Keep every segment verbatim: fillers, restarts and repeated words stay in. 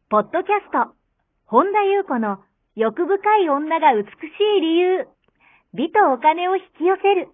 ポッドキャスト、本田裕子の欲深い女が美しい理由、美とお金を引き寄せる。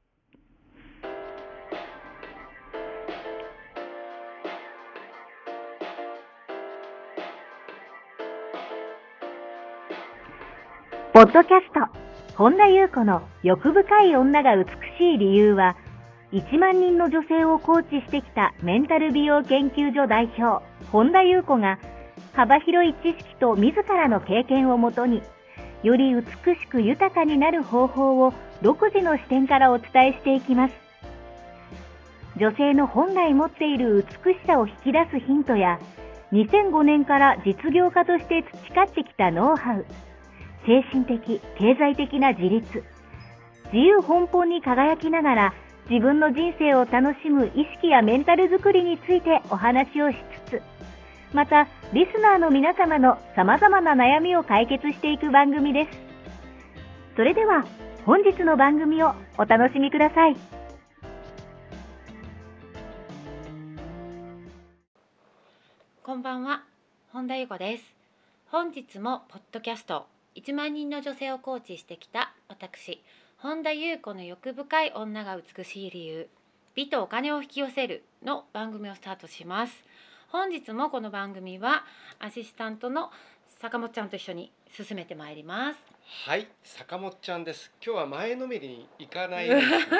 ポッドキャスト、本田裕子の欲深い女が美しい理由は、いちまんにんの女性をコーチしてきたメンタル美容研究所代表、本田裕子が、幅広い知識と自らの経験をもとに、より美しく豊かになる方法を独自の視点からお伝えしていきます。女性の本来持っている美しさを引き出すヒントや、にせんごねんから実業家として培ってきたノウハウ、精神的、経済的な自立、自由奔放に輝きながら自分の人生を楽しむ意識やメンタルづくりについてお話をしつつ、またリスナーの皆様の様々な悩みを解決していく番組です。それでは本日の番組をお楽しみください。 こんばんは、本田裕子です。本日もポッドキャストいちまんにんの女性をコーチしてきた私、本田裕子の欲深い女が美しい理由、美とお金を引き寄せるの番組をスタートします。本日もこの番組はアシスタントの坂本ちゃんと一緒に進めてまいります。 はい、坂本ちゃんです。今日は前のめりに行かないようにしました。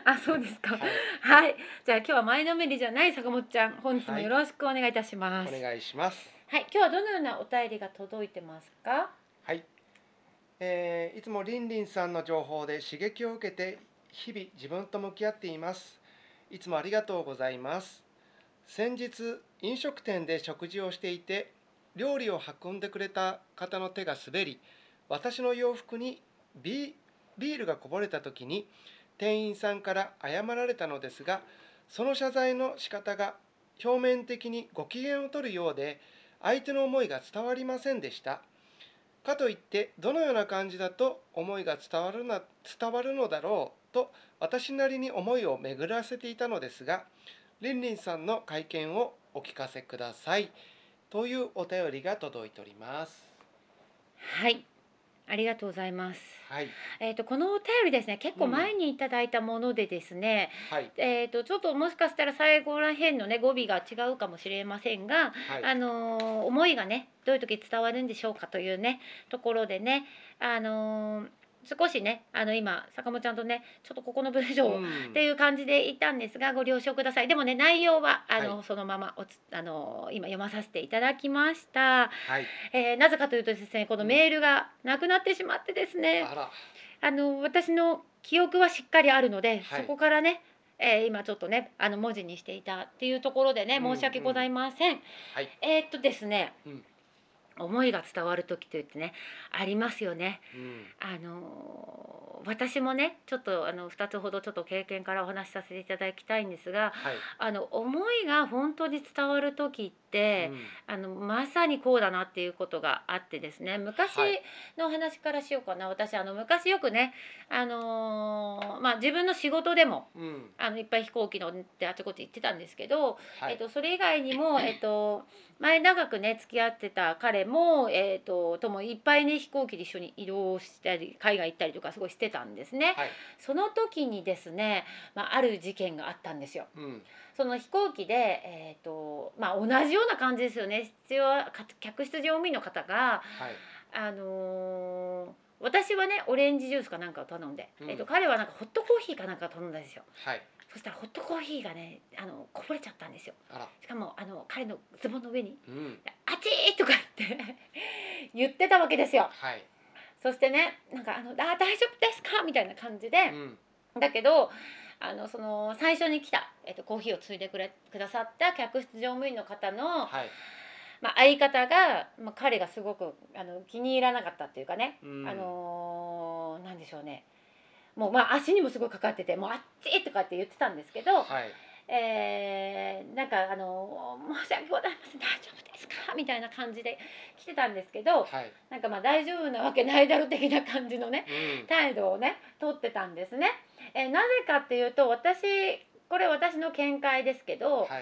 あ、そうですか。 はい、 はい、じゃあ今日は前のめりじゃない坂本ちゃん、本日もよろしくお願いいたします。 はい、お願いします。 はい、今日はどのようなお便りが届いてますか？ はい、えー、いつもりんりんさんの情報で刺激を受けて日々自分と向き合っています。いつもありがとうございます。先日飲食店で食事をしていて、料理を運んでくれた方の手が滑り、私の洋服に ビ, ビールがこぼれた時に店員さんから謝られたのですが、その謝罪の仕方が表面的にご機嫌を取るようで、相手の思いが伝わりませんでした。かといってどのような感じだと思いが伝わるな伝わるのだろうと私なりに思いを巡らせていたのですが、りんりんさんの会見をお聞かせくださいというお便りが届いております。 はい、ありがとうございます。 はい、 えーと、このお便りですね、結構前にいただいたものでですね、 はい、 えーと、ちょっともしかしたら最後らへんのね語尾が違うかもしれませんが、 はい、 あのー思いがねどういう時伝わるんでしょうかというねところでね、あのー少しねあの今坂本ちゃんとねちょっとここの文章をっていう感じで言ったんですが、ご了承ください。でもね内容はあの、 はい、 そのままおつあの今読まさせていただきました。 はい、 えーなぜかというとですね、このメールがなくなってしまってですね、 あら、 あの私の記憶はしっかりあるので、 はい、 そこからね、えー今ちょっとねあの文字にしていたっていうところでね、 うん申し訳ございません。 はい、 えーっとですね、 うん思いが伝わる時といってねありますよね。 うんあのー私もねちょっとあのふたつほどちょっと経験からお話しさせていただきたいんですが、 はい、 あの思いが本当に伝わる時って、 うんあのまさにこうだなっていうことがあってですね、昔はい、 のお話からしようかな。私あの昔よくね、あのーまあ、自分の仕事でもうんあのいっぱい飛行機乗ってあちこち行ってたんですけど、 はいえっと、それ以外にも、えっと、前長くね付き合ってた彼も、えっと、ともいっぱいね飛行機で一緒に移動したり海外行ったりとかすごいしてたんですね。 はい、 その時にですね、まあ、ある事件があったんですよ。 うんその飛行機で、えーとまあ、同じような感じですよね。必要は客室乗務員の方が、 はい、 あのー私はねオレンジジュースかなんかを頼んで、 うんえーと彼はなんかホットコーヒーかなんかを頼んだんですよ。 はい、 そしたらホットコーヒーがねあのこぼれちゃったんですよ。 あら、 しかもあの彼のズボンの上にうん 「あちー!」とか言って言ってたわけですよ。 はい、 そしてねなんかあのあ「大丈夫ですか?」みたいな感じで、 うんだけどあのその最初に来た、えっと、コーヒーをついでくれくださった客室乗務員の方の、 はい、 まあ、相方が、まあ、彼がすごくあの気に入らなかったっていうかね、 うんあのーなんでしょうね、もうまあ足にもすごいかかってて「もうあっち!」とかって言ってたんですけど、 はい、 えーなんかあの「申し訳ございません大丈夫ですか?」みたいな感じで来てたんですけど、 はい、 なんかまあ大丈夫なわけないだろ的な感じのねうん態度をね取ってたんですね。えーなぜかっていうと、私これ私の見解ですけど、 はい、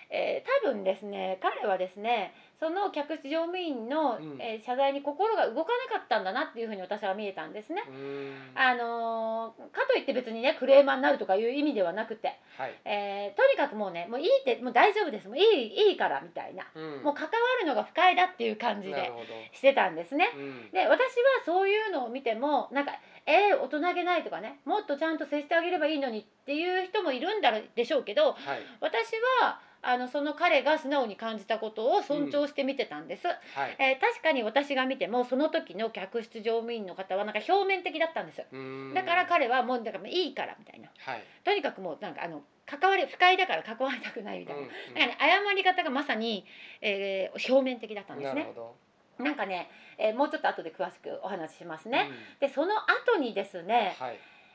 えー、多分ですね彼はですねその客室乗務員の、 うんえー謝罪に心が動かなかったんだなっていうふうに私は見えたんですね。 うーんあのーかといって別にねクレーマーになるとかいう意味ではなくて、 はいえーとにかくもうねもういいってもう大丈夫ですもういいいいからみたいな、 うんもう関わるのが不快だっていう感じでなるほどしてたんですね。 うんで私はそういうのを見てもなんかえー、大人げないとかねもっとちゃんと接してあげればいいのにっていう人もいるんだろでしょうけど、 はい私はあのその彼が素直に感じたことを尊重して見てたんです、 はいえー確かに私が見てもその時の客室乗務員の方はなんか表面的だったんです。 うーんだから彼はもうだからいいからみたいな、 はいとにかくもうなんかあの関わり不快だから関わりたくないみたいな、 うんうんだからね謝り方がまさに、えー表面的だったんですね。 なるほどなんかね、えーもうちょっと後で詳しくお話ししますね。 うんでその後にですね、 はい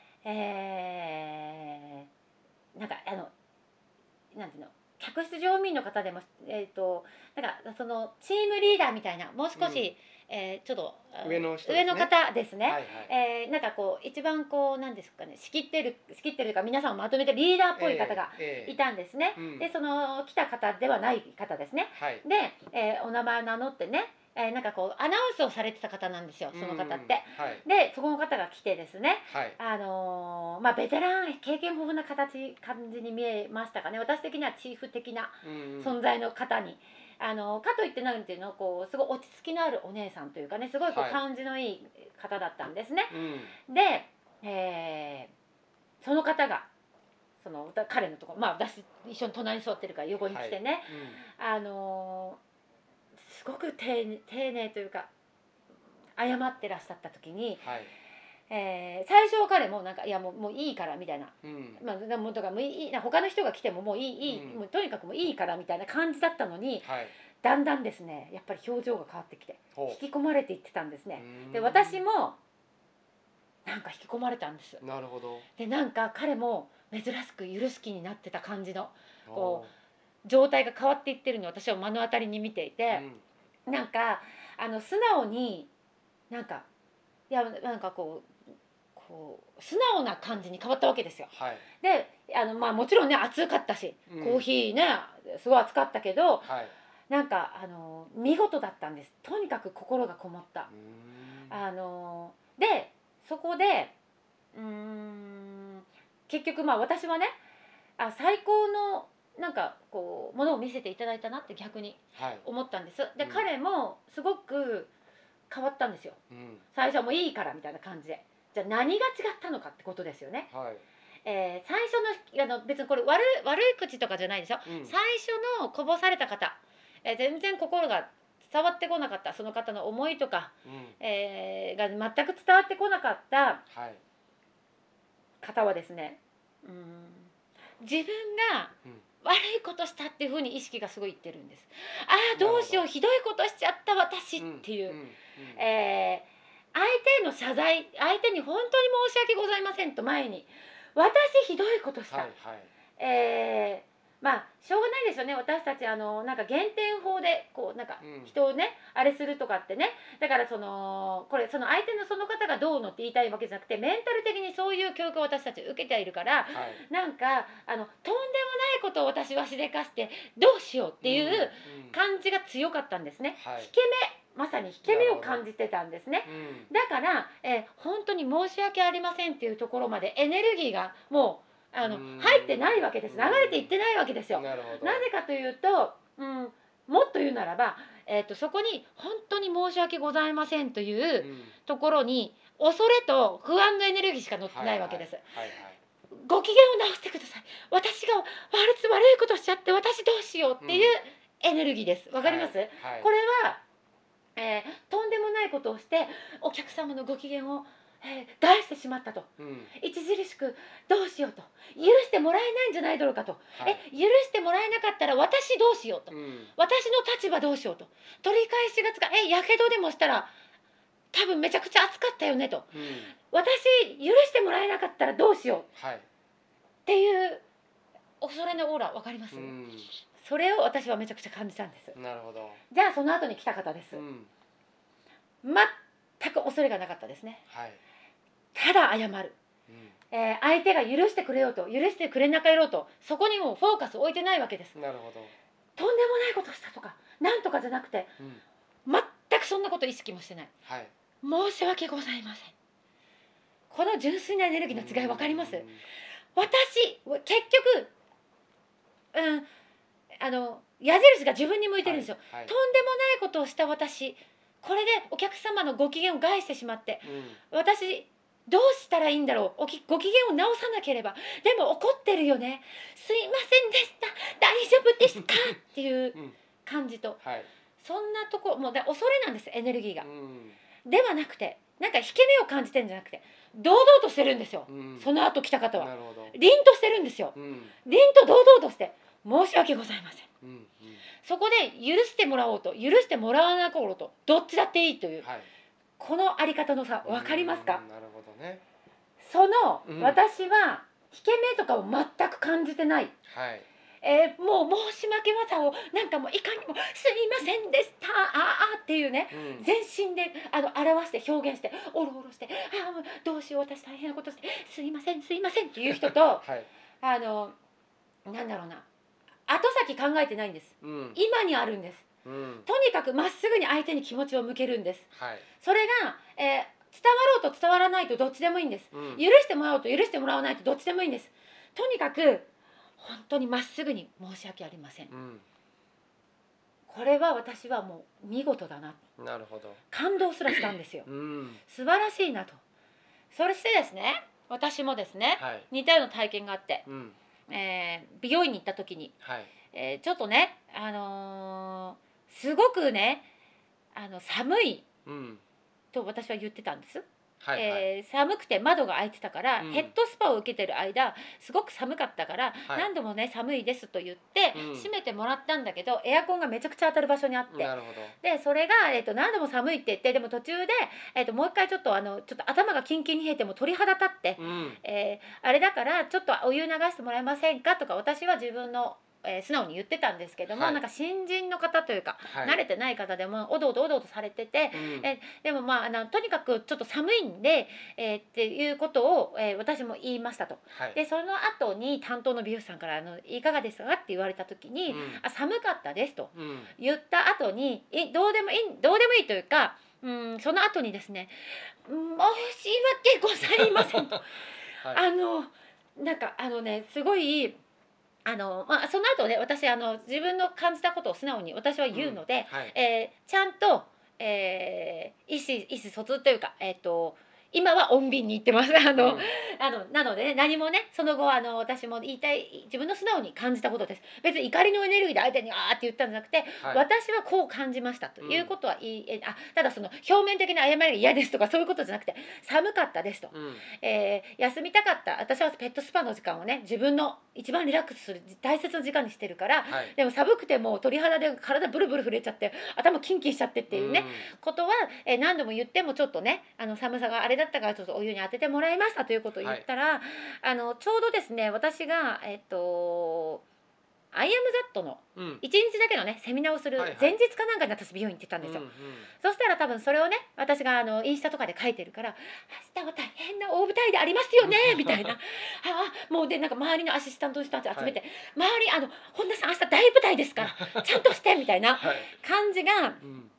えーなんかあのなんていうの客室乗務員の方でもえっ、となんかそのチームリーダーみたいなもう少し、 うんえーちょっとあ上の人ですね上の方ですね。 はいはいえーなんかこう一番こうなんですかね仕切ってる仕切ってるか皆さんをまとめてリーダーっぽい方がええええいたんですね。 うんでその来た方ではない方ですね。 はいで、えーお名前を名乗ってね、えーなんかこうアナウンスをされてた方なんですよその方って。 うんはいでそこの方が来てですね、 はいあのーまあベテラン経験豊富な形感じに見えましたかね。私的にはチーフ的なうん存在の方に、あのかといってなんていうのこうすごい落ち着きのあるお姉さんというかねすごいこはいう感じのいい方だったんですね。 うんで、えーその方がその彼のところまあ私一緒に隣に座ってるから横に来てね、あのーすごく丁寧丁寧というか謝ってらっしゃった時に、 はいえー最初は彼もなんかいやもうもういいからみたいな、 うんまあ、でもだからもういいな他の人が来てももういいいい、 うんもうとにかくもういいからみたいな感じだったのにはいだんだんですねやっぱり表情が変わってきてほ引き込まれていってたんですうね。 うーんで私もなんか引き込まれたんです。 なるほどでなんか彼も珍しく許す気になってた感じのこう状態が変わっていってるのを私は目の当たりに見ていて、なんかあの素直になんかいやなんかこうこう素直な感じに変わったわけですよ。 はいであの、まあ、もちろんね暑かったしうんコーヒーねすごい暑かったけどはいなんかあの見事だったんです。とにかく心がこもったうーんあのでそこでうーん結局まあ私はねあ最高のなんかこうものを見せていただいたなって逆にはい思ったんです。で、 うん彼もすごく変わったんですよ。 うん最初はもういいからみたいな感じで。じゃあ何が違ったのかってことですよね。 はいえー最初のあの別にこれ悪い悪い口とかじゃないでしょ。 うん最初のこぼされた方、えー全然心が伝わってこなかったその方の思いとか、 うんえーが全く伝わってこなかったはい方はですね、うーん自分がうん悪いことしたっていう風に意識がすごいいってるんです。ああどうしようひどいことしちゃった私っていう、 んんんえー相手への謝罪相手に本当に申し訳ございませんと前に私ひどいことした、 はいはいえーまあしょうがないですよね私たちあのなんか減点法でこうなんかうん人をね、あれするとかってねだからそのこれその相手のその方がどうのって言いたいわけじゃなくてメンタル的にそういう教育を私たち受けているからはいなんかあのとんでもないことを私はしでかしてどうしようっていううん感じが強かったんですね、 はい引け目まさに引け目を感じてたんですね。 うんだから、えー本当に申し訳ありませんっていうところまでエネルギーがもうあのうん入ってないわけです。流れていってないわけですよ。 なるほどなぜかというと、うん、もっと言うならば、えー、とそこに本当に申し訳ございませんといううんところに恐れと不安のエネルギーしか乗ってないわけです。 はいはいご機嫌を直してください。私が悪つ悪いことしちゃって私どうしようっていうエネルギーです。わかります？ はいはいこれは、えーとんでもないことをしてお客様のご機嫌を、えー害してしまったとうん著しくどうしようと許してもらえないんじゃないだろうかと、 はいえ許してもらえなかったら私どうしようと、 うん私の立場どうしようと取り返しがつかえやけどでもしたら多分めちゃくちゃ熱かったよねとうん私許してもらえなかったらどうしようはいっていう恐れのオーラ分かります、 うそれを私はめちゃくちゃ感じたんです。 んなるほどじゃあその後に来た方です、 うん全く恐れがなかったですね。 はいただ謝る、 うんえー相手が許してくれようと許してくれなかろうとそこにもフォーカスを置いてないわけです。 なるほどとんでもないことしたとかなんとかじゃなくて、 うん、 全くそんなこと意識もしてない。 はい、 申し訳ございません。この純粋なエネルギーの違い分かります？私結局、うん、あの矢印が自分に向いてるんですよ、 はいはい、 とんでもないことをした私、これでお客様のご機嫌を害してしまって、 うん、 私どうしたらいいんだろう、おきご機嫌を直さなければ、でも怒ってるよね、すいませんでした、大丈夫ですかっていう感じと、 はい、 そんなとこもうだ恐れなんです、エネルギーが、 うん、 ではなくて、なんか引け目を感じてるんじゃなくて、堂々としてるんですよ、 うん、 その後来た方はなるほど、 凛としてるんですよ、 うん、 凛と堂々として申し訳ございません、 うんうん、 そこで許してもらおうと許してもらわなかろうとどっちだっていいという、はい、このあり方の差分かりますか？ なるほどね。 その、 うん、 私は引け目とかを全く感じてない、 はい、 えー、もう申し訳技をなんかもういかにもすいませんでしたああっていうね、うん、全身であの表して表現しておろおろして、ああどうしよう私大変なことしてすいませんすいませんっていう人と、はい、あのなんだろうな、後先考えてないんです、うん、今にあるんです、うん、とにかくまっすぐに相手に気持ちを向けるんです、はい、それが、えー、伝わろうと伝わらないとどっちでもいいんです、うん、許してもらおうと許してもらわないとどっちでもいいんです、とにかく本当にまっすぐに申し訳ありません、うん、これは私はもう見事だな、なるほど、感動すらしたんですよ、うん、素晴らしいなと。そしてですね、私もですね、はい、似たような体験があって、うん、えー、美容院に行った時に、はい、えー、ちょっとね、あのー、すごくねあの寒いと私は言ってたんです、はいはい、えー、寒くて窓が開いてたから、うん、ヘッドスパを受けてる間すごく寒かったから、はい、何度もね寒いですと言って、うん、閉めてもらったんだけどエアコンがめちゃくちゃ当たる場所にあって、なるほど、でそれが、えー、と何度も寒いって言って、でも途中で、えー、ともう一回ちょっとあのちょっと頭がキンキンに冷えても鳥肌立って、うん、えー、あれだからちょっとお湯流してもらえませんかとか私は自分のえー、素直に言ってたんですけども、はい、なんか新人の方というか、はい、慣れてない方でもおどおどおどおどされてて、うん、えでもまああのとにかくちょっと寒いんで、えー、っていうことを、えー、私も言いましたと、はい、でその後に担当の美容師さんからあのいかがですかって言われた時に、うん、あ寒かったですと、うん、言った後にえどうでもいいどうでもいいというか、うん、その後にですね申し訳ございませんと、はい、あのなんかあのねすごいあのまあ、その後ね私あの自分の感じたことを素直に私は言うので、うん、はい、えー、ちゃんと、えー、意思意思疎通というか、えー、と今は穏便に言ってますあの、うん、あのなので、ね、何もねその後あの私も言いたい自分の素直に感じたことです。別に怒りのエネルギーで相手にあーって言ったんじゃなくて、はい、私はこう感じましたということは、うん、いいあただその表面的な謝りが嫌ですとかそういうことじゃなくて寒かったですと、うん、えー、休みたかった私はペットスパの時間をね自分の一番リラックスする大切な時間にしてるから、はい、でも寒くてもう鳥肌で体ブルブル震えちゃって頭キンキンしちゃってっていうね、うん、ことは、えー、何度も言ってもちょっとねあの寒さがあれだったからちょっとお湯に当ててもらいましたということを言ったら、はい、あのちょうどですね私がえっとアイアムザットのいちにちだけのねセミナーをする前日かなんかに私美容院行ってたんですよ、うんうん、そしたら多分それをね私があのインスタとかで書いてるから明日は大変な大舞台でありますよねみたいなあもうでなんか周りのアシスタントの人たち集めて、はい、周りあの本田さん明日大舞台ですからちゃんとしてみたいな感じが、はい、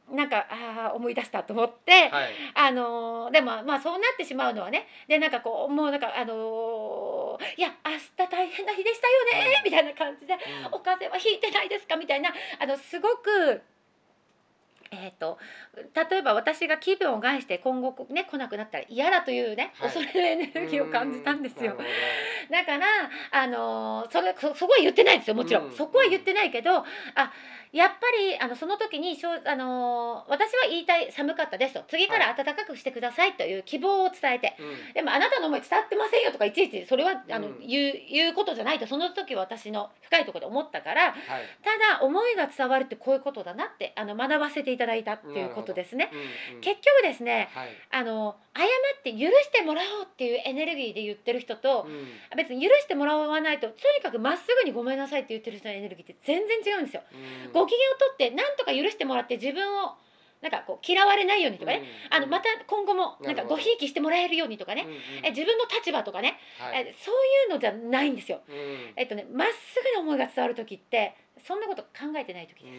なんかあ思い出したと思って、はい、あのー、でもまあそうなってしまうのはねでなんかこうもうなんかあのー、いや明日大変な日でしたよね、うん、みたいな感じで、うん、お風邪はひいてないですかみたいなあのすごくえー、と例えば私が気分を害して今後ね来なくなったら嫌だというね、はい、恐れのエネルギーを感じたんですよ。だからあのー、それ そ, そこは言ってないですよもちろん、うん、そこは言ってないけどあやっぱりあのその時にしょ、あのー、私は言いたい寒かったですと次から暖かくしてくださいという希望を伝えて、はい、でもあなたの思い伝わってませんよとかいちいちそれはあの、うん、言う、言うことじゃないとその時は私の深いところで思ったから、はい、ただ思いが伝わるってこういうことだなってあの学ばせていただいたっていうことですね、うんうん、結局ですね、はい、あの謝って許してもらおうっていうエネルギーで言ってる人と、うん、別に許してもらわないととにかくまっすぐにごめんなさいって言ってる人のエネルギーって全然違うんですよ、うん、ご機嫌をとって何とか許してもらって自分をなんかこう嫌われないようにとかね、 うん、 あのまた今後もなんかごひいきしてもらえるようにとかね、 うんうん、 え自分の立場とかね、 はい、 えそういうのじゃないんですよ。 うん、 えっとね、まっすぐな思いが伝わる時ってそんなこと考えてない時です。 うん、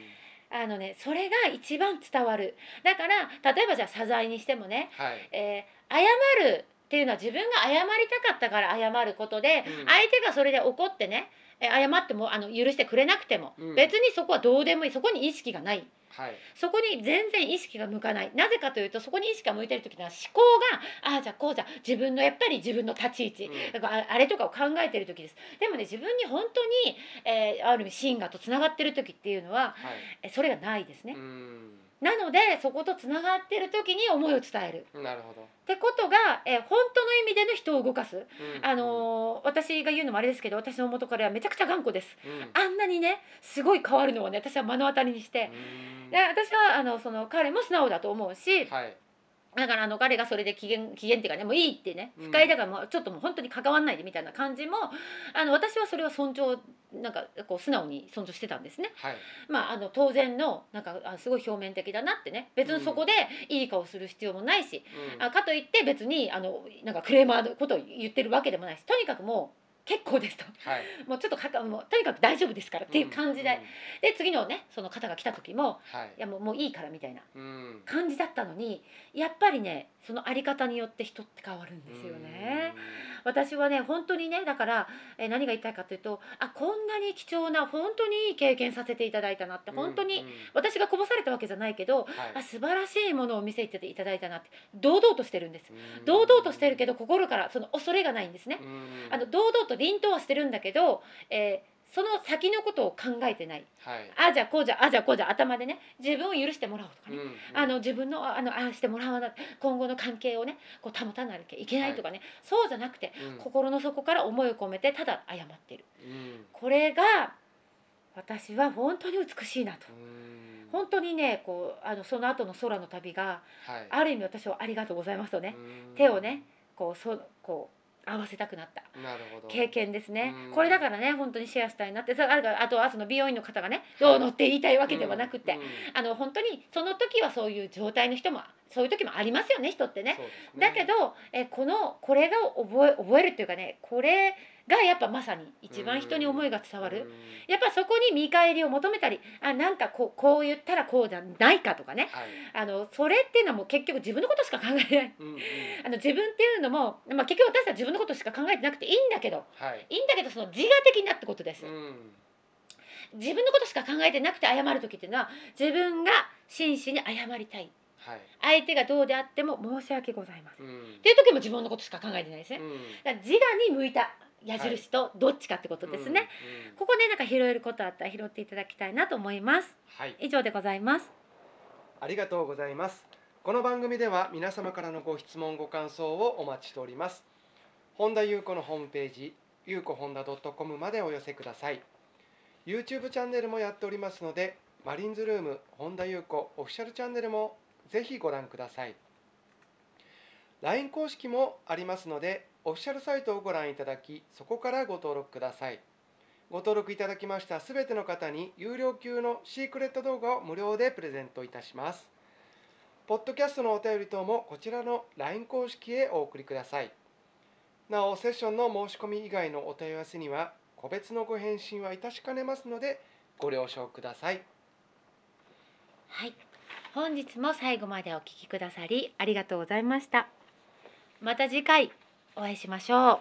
あのね、それが一番伝わる。だから例えばじゃあ謝罪にしてもね、 はい、 えー謝るっていうのは自分が謝りたかったから謝ることで、 うん、 相手がそれで怒ってね、え謝ってもあの許してくれなくても、 うん、 別にそこはどうでもいい、そこに意識がない、 はい、 そこに全然意識が向かない。なぜかというと、そこに意識が向いてる時には思考がああじゃあこうじゃ自分のやっぱり自分の立ち位置、 うん、 だからあれとかを考えてる時です。でもね、自分に本当に、えーある意味真我とつながってる時っていうのは、 はい、 えそれがないですね。 うん、 なのでそことつながってる時に思いを伝えるなるほど、 ってことが、えー本当の意味での人を動かす。 うん、 あのー私が言うのもあれですけど、私の元彼はめちゃくちゃ頑固です。 うん、 あんなにねすごい変わるのをね、私は目の当たりにして、 うん、 で私はあのその彼も素直だと思うし、 はい、 だからあの彼がそれで機嫌機嫌っていうかね、もういいってね、 うん不快だからもうちょっともう本当に関わんないでみたいな感じも、あの私はそれは尊重、なんかこう素直に尊重してたんですね。 はい、 まああの当然のなんかあすごい表面的だなってね、別にそこでいい顔する必要もないし、 うん、 あかといって別にあのなんかクレーマーのことを言ってるわけでもないし、とにかくもう結構ですと、 はい、 もうちょっとかかもうとにかく大丈夫ですからっていう感じで、 うん、 で次のねその方が来た時も、 はい、 いやもうもういいからみたいなうん、 感じだったのに、やっぱりねそのあり方によって人って変わるんですよね。私はね本当にね、だから、えー何が言いたいかというと、あこんなに貴重な本当にいい経験させていただいたなって、 うん、 本当にうん、 私がこぼされたわけじゃないけど、 はい、 あ素晴らしいものを見せていただいたなって、堂々としてるんです。 うん堂々としてるけど心からその恐れがないんですね。 うん、 あの堂々と凛とはしてるんだけど、えーその先のことを考えてない。 はい、 あじゃあこうじゃあじゃあこうじゃ頭でね、自分を許してもらおうとかね、 うん、 あの自分のあのああしてもらわない、今後の関係をねこう保たなきゃいけないとかね、そうじゃなくて、 うん、 心の底から思いを込めてただ謝ってる。 うん、 これが私は本当に美しいなと。 うん、 本当にねこうあのその後の空の旅が、 はい、 ある意味私はありがとうございますとね、 うん、 手をねこうそこう合わせたくなったなるほど、 経験ですね。 うんこれだからね本当にシェアしたいなって。さあるからあとはその美容院の方がねどうのって言いたいわけではなくて、 うんうんあの本当にその時はそういう状態の人もそういう時もありますよね、人ってね。 そうですね、 だけどえこのこれが覚え覚えるっていうかね、これがやっぱまさに一番人に思いが伝わる。 うん、 やっぱそこに見返りを求めたり、あなんかこうこう言ったらこうじゃないかとかね、 はい、 あのそれっていうのはもう結局自分のことしか考えない。 うんうん、 あの自分っていうのも、まあ、結局私は自分のことしか考えてなくていいんだけど、 はい、 いいんだけどその自我的なってことです。 うん、 自分のことしか考えてなくて謝る時っていうのは、自分が真摯に謝りたい、 はい、 相手がどうであっても申し訳ございません、 うん、 っていう時も自分のことしか考えてないですね。 うん、 だから自我に向いた矢印とどっちかってことですね、 うんうん、 ここでなんか拾えることあったら拾っていただきたいなと思います。 はい、 以上でございます。 ありがとうございます。この番組では皆様からのご質問ご感想をお待ちしております。本田裕子のホームページゆうこ本田 .com までお寄せください。 YouTube チャンネルもやっておりますので、マリンズルーム本田裕子オフィシャルチャンネルもぜひご覧ください。 ライン 公式もありますので、オフィシャルサイトをご覧いただき、そこからご登録ください。ご登録いただきましたすべての方に有料級のシークレット動画を無料でプレゼントいたします。ポッドキャストのお便り等もこちらの ライン 公式へお送りください。なお、セッションの申し込み以外のお問い合わせには個別のご返信はいたしかねますのでご了承ください。 はい、本日も最後までお聞きくださりありがとうございました。また次回お会いしましょう。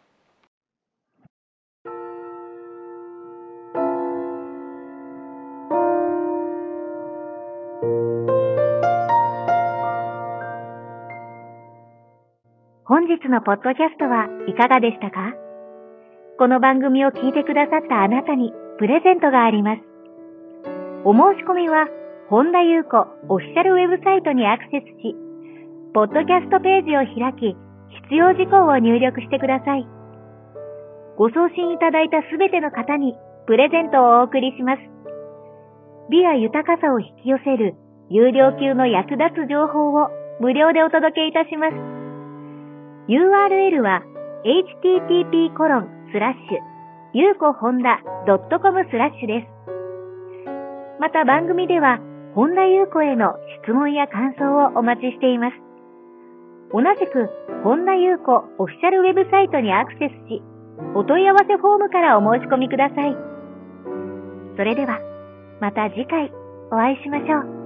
本日のポッドキャストはいかがでしたか？この番組を聞いてくださったあなたにプレゼントがあります。お申し込みは本田裕子オフィシャルウェブサイトにアクセスし、ポッドキャストページを開き、必要事項を入力してください。ご送信いただいたすべての方にプレゼントをお送りします。美や豊かさを引き寄せる有料級の役立つ情報を無料でお届けいたします。ユーアールエル は エイチティーティーピーコロンスラッシュゆうこほんだドットコムスラッシュです。また番組では本田裕子への質問や感想をお待ちしています。同じく、本田裕子オフィシャルウェブサイトにアクセスし、お問い合わせフォームからお申し込みください。それでは、また次回お会いしましょう。